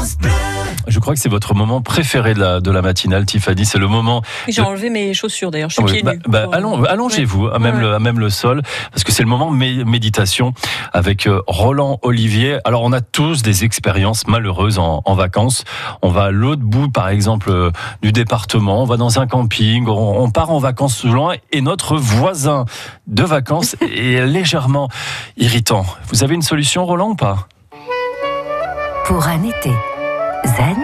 Je crois que c'est votre moment préféré de la matinale, Tiffany. C'est le moment. J'ai enlevé mes chaussures d'ailleurs, je suis pieds nus. Allongez-vous à même le sol, parce que c'est le moment méditation avec Roland Olivier. Alors on a tous des expériences malheureuses en vacances. On va à l'autre bout, par exemple, du département. On va dans un camping. On part en vacances loin et notre voisin de vacances est légèrement irritant. Vous avez une solution, Roland, ou pas ? Pour un été zen,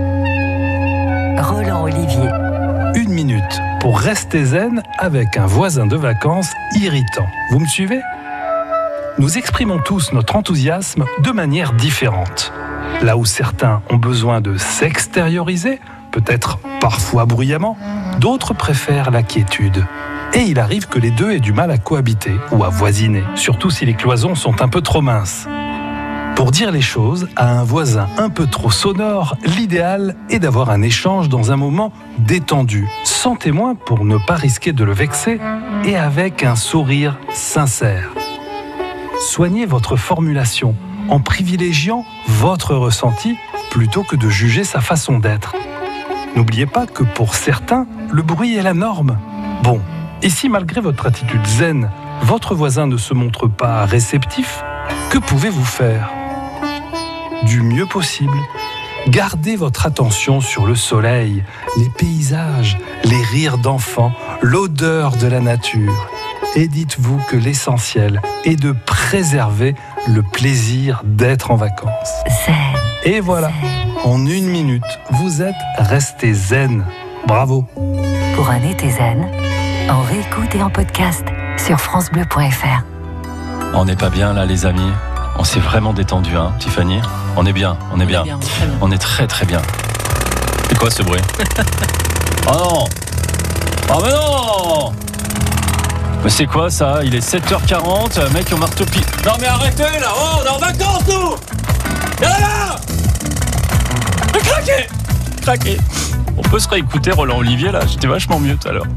Roland Olivier. 1 minute pour rester zen avec un voisin de vacances irritant. Vous me suivez ? Nous exprimons tous notre enthousiasme de manière différente. Là où certains ont besoin de s'extérioriser, peut-être parfois bruyamment, d'autres préfèrent la quiétude. Et il arrive que les deux aient du mal à cohabiter ou à voisiner, surtout si les cloisons sont un peu trop minces. Pour dire les choses à un voisin un peu trop sonore, l'idéal est d'avoir un échange dans un moment détendu, sans témoin pour ne pas risquer de le vexer et avec un sourire sincère. Soignez votre formulation en privilégiant votre ressenti plutôt que de juger sa façon d'être. N'oubliez pas que pour certains, le bruit est la norme. Bon, et si malgré votre attitude zen, votre voisin ne se montre pas réceptif, que pouvez-vous faire ? Du mieux possible, gardez votre attention sur le soleil, les paysages, les rires d'enfants, l'odeur de la nature. Et dites-vous que l'essentiel est de préserver le plaisir d'être en vacances. Zen. Et voilà, en 1 minute, vous êtes resté zen. Bravo. Pour un été zen, en réécoute et en podcast sur francebleu.fr. On n'est pas bien là, les amis. On s'est vraiment détendu, hein, Tiffany. On est bien. On est très très bien. C'est quoi ce bruit ? Oh non ! Oh mais non ! Mais c'est quoi ça ? Il est 7h40, mec on marteau-pied. Non mais arrêtez là ! Oh, on est en vacances nous ! Là ! Craquez ! On peut se réécouter Roland Olivier là, j'étais vachement mieux tout à l'heure.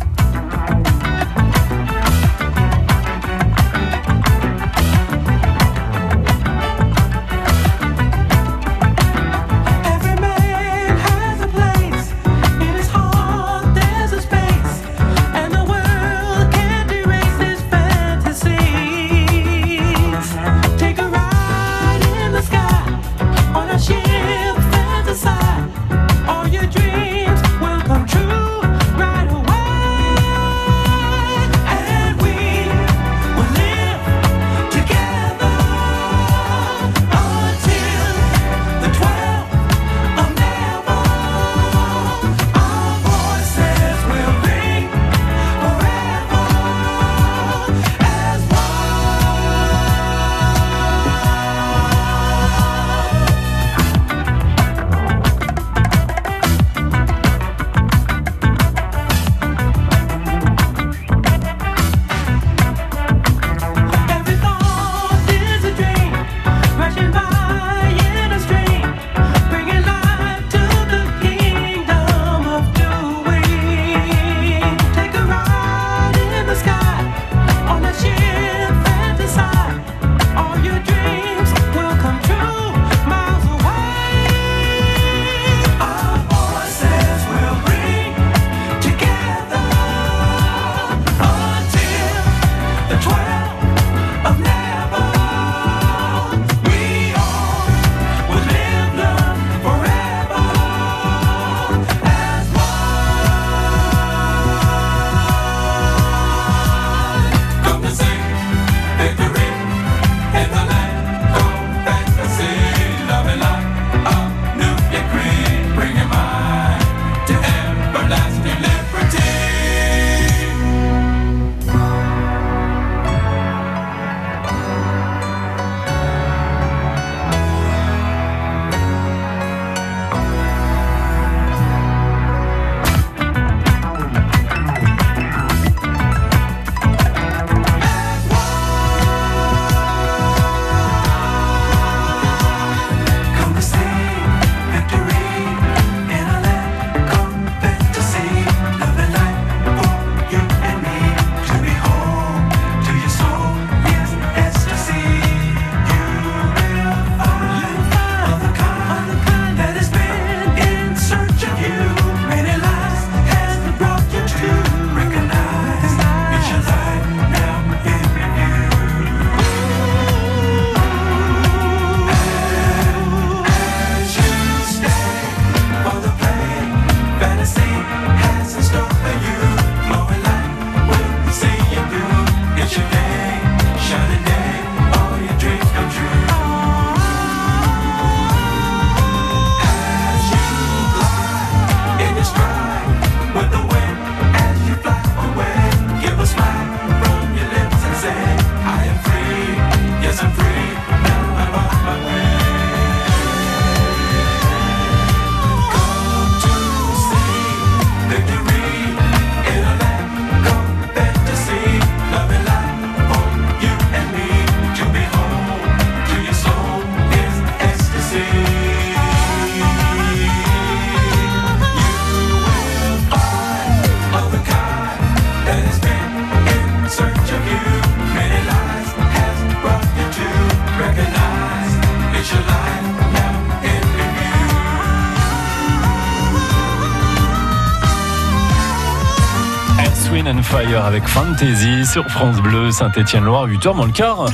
Rain and Fire avec Fantasy sur France Bleu, Saint-Étienne-Loire, 8h moins le quart.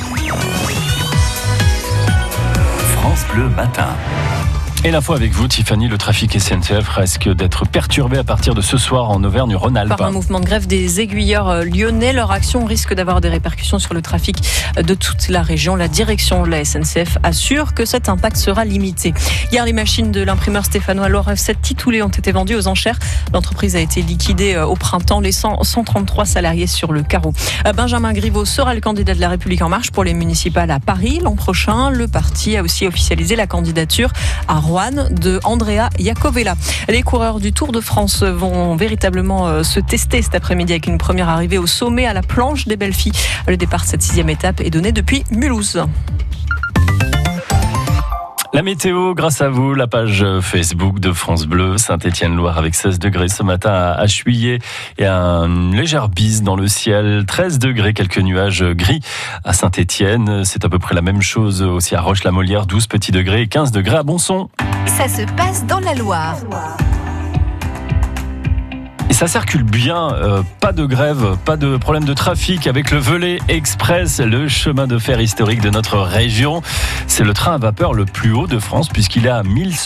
France Bleu matin. Et l'info avec vous, Tiffany, le trafic SNCF risque d'être perturbé à partir de ce soir en Auvergne-Rhône-Alpes. Par un mouvement de grève des aiguilleurs lyonnais, leur action risque d'avoir des répercussions sur le trafic de toute la région. La direction de la SNCF assure que cet impact sera limité. Hier, les machines de l'imprimeur stéphanois Laurent F7 Titoulé ont été vendues aux enchères. L'entreprise a été liquidée au printemps, laissant 133 salariés sur le carreau. Benjamin Griveaux sera le candidat de La République En Marche pour les municipales à Paris l'an prochain. Le parti a aussi officialisé la candidature à Rouen de Andrea Iacovella. Les coureurs du Tour de France vont véritablement se tester cet après-midi avec une première arrivée au sommet à la planche des Belles Filles. Le départ de cette 6e étape est donné depuis Mulhouse. La météo, grâce à vous, la page Facebook de France Bleu, Saint-Étienne-Loire avec 16 degrés ce matin à Chuillet et une légère bise dans le ciel, 13 degrés, quelques nuages gris à Saint-Étienne. C'est à peu près la même chose aussi à Roche-la-Molière, 12 petits degrés et 15 degrés à Bonson. Ça se passe dans la Loire. Et ça circule bien, pas de grève, pas de problème de trafic avec le Velay Express, le chemin de fer historique de notre région. C'est le train à vapeur le plus haut de France puisqu'il est à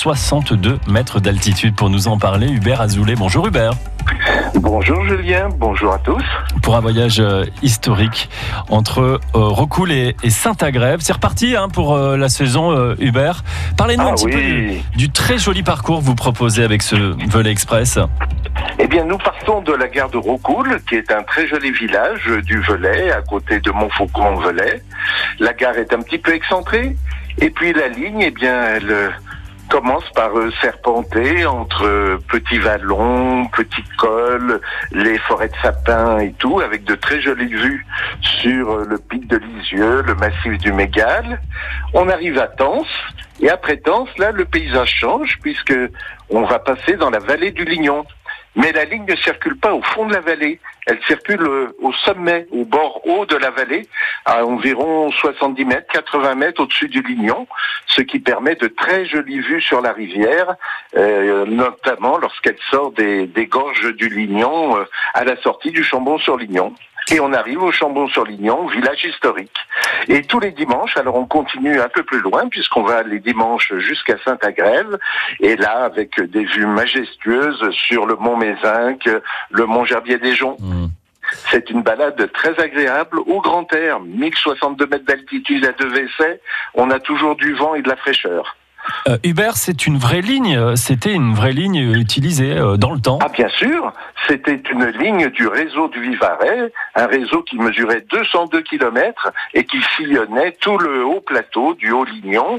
1062 mètres d'altitude. Pour nous en parler, Hubert Azoulay. Bonjour Hubert. Bonjour Julien, bonjour à tous. Pour un voyage historique entre Rocoul et Saint-Agrève. C'est reparti pour la saison, Hubert. Parlez-nous un petit peu du très joli parcours que vous proposez avec ce Velay Express. Eh bien, nous partons de la gare de Rocoul, qui est un très joli village du Velay, à côté de Montfaucon-Velay. La gare est un petit peu excentrée, et puis la ligne, eh bien, elle commence par serpenter entre petits vallons, petits cols, les forêts de sapins et tout, avec de très jolies vues sur le pic de Lisieux, le massif du Mégale. On arrive à Tence, et après Tence, là, le paysage change, puisque on va passer dans la vallée du Lignon. Mais la ligne ne circule pas au fond de la vallée. Elle circule au sommet, au bord haut de la vallée, à environ 70 mètres, 80 mètres au-dessus du Lignon, ce qui permet de très jolies vues sur la rivière, notamment lorsqu'elle sort des gorges du Lignon à la sortie du Chambon-sur-Lignon. Et on arrive au Chambon-sur-Lignon, village historique. Et tous les dimanches, alors on continue un peu plus loin, puisqu'on va les dimanches jusqu'à Saint-Agrève, et là, avec des vues majestueuses sur le mont Mézinc, le mont Gerbier-des-Joncs. C'est une balade très agréable au grand air, 1062 mètres d'altitude à 2 WC, on a toujours du vent et de la fraîcheur. Hubert, c'est une vraie ligne. C'était une vraie ligne utilisée dans le temps. Ah bien sûr, c'était une ligne du réseau du Vivarais, un réseau qui mesurait 202 km et qui sillonnait tout le haut plateau du Haut-Lignon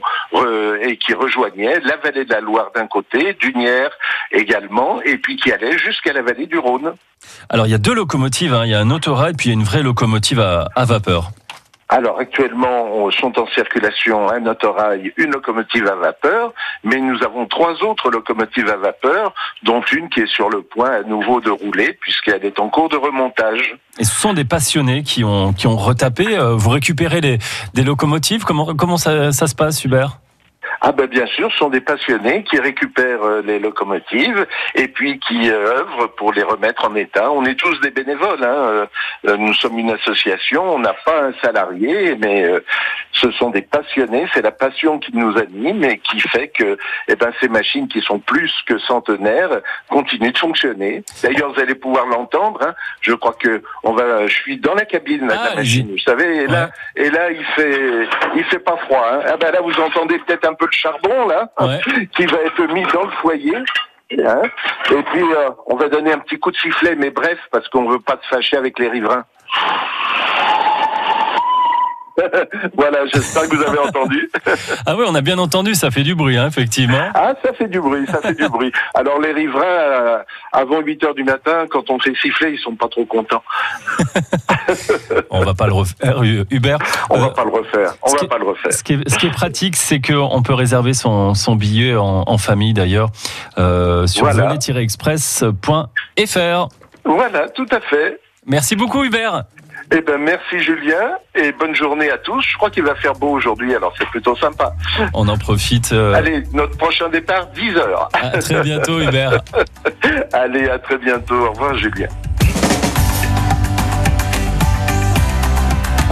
et qui rejoignait la vallée de la Loire d'un côté, Dunières également, et puis qui allait jusqu'à la vallée du Rhône. Alors il y a 2 locomotives, il y a un autorail puis il y a une vraie locomotive à vapeur. Alors actuellement, sont en circulation un autorail, une locomotive à vapeur, mais nous avons 3 autres locomotives à vapeur, dont une qui est sur le point à nouveau de rouler, puisqu'elle est en cours de remontage. Et ce sont des passionnés qui ont retapé. Vous récupérez des locomotives. Comment ça se passe, Hubert ? Ah ben bien sûr, ce sont des passionnés qui récupèrent les locomotives et puis qui œuvrent pour les remettre en état. On est tous des bénévoles, nous sommes une association, on n'a pas un salarié, mais ce sont des passionnés, c'est la passion qui nous anime et qui fait que ces machines qui sont plus que centenaires continuent de fonctionner. D'ailleurs, vous allez pouvoir l'entendre, je crois que je suis dans la cabine de la machine, vous savez, et là il fait pas froid. Là vous entendez peut-être un peu le charbon là, qui va être mis dans le foyer. Et puis on va donner un petit coup de sifflet, mais bref, parce qu'on veut pas se fâcher avec les riverains. Voilà, j'espère que vous avez entendu. Ah oui, on a bien entendu, ça fait du bruit, effectivement. Ah, ça fait du bruit. Alors les riverains, avant 8h du matin, quand on fait siffler, ils sont pas trop contents. On va pas le refaire, Hubert. On va pas le refaire. Ce qui est pratique, c'est qu'on peut réserver son billet en famille, d'ailleurs, sur velay-express.fr. Voilà, tout à fait. Merci beaucoup, Hubert. Merci Julien et bonne journée à tous. Je crois qu'il va faire beau aujourd'hui, alors c'est plutôt sympa. On en profite. Allez, notre prochain départ, 10h. À très bientôt, Hubert. Allez, à très bientôt. Au revoir Julien.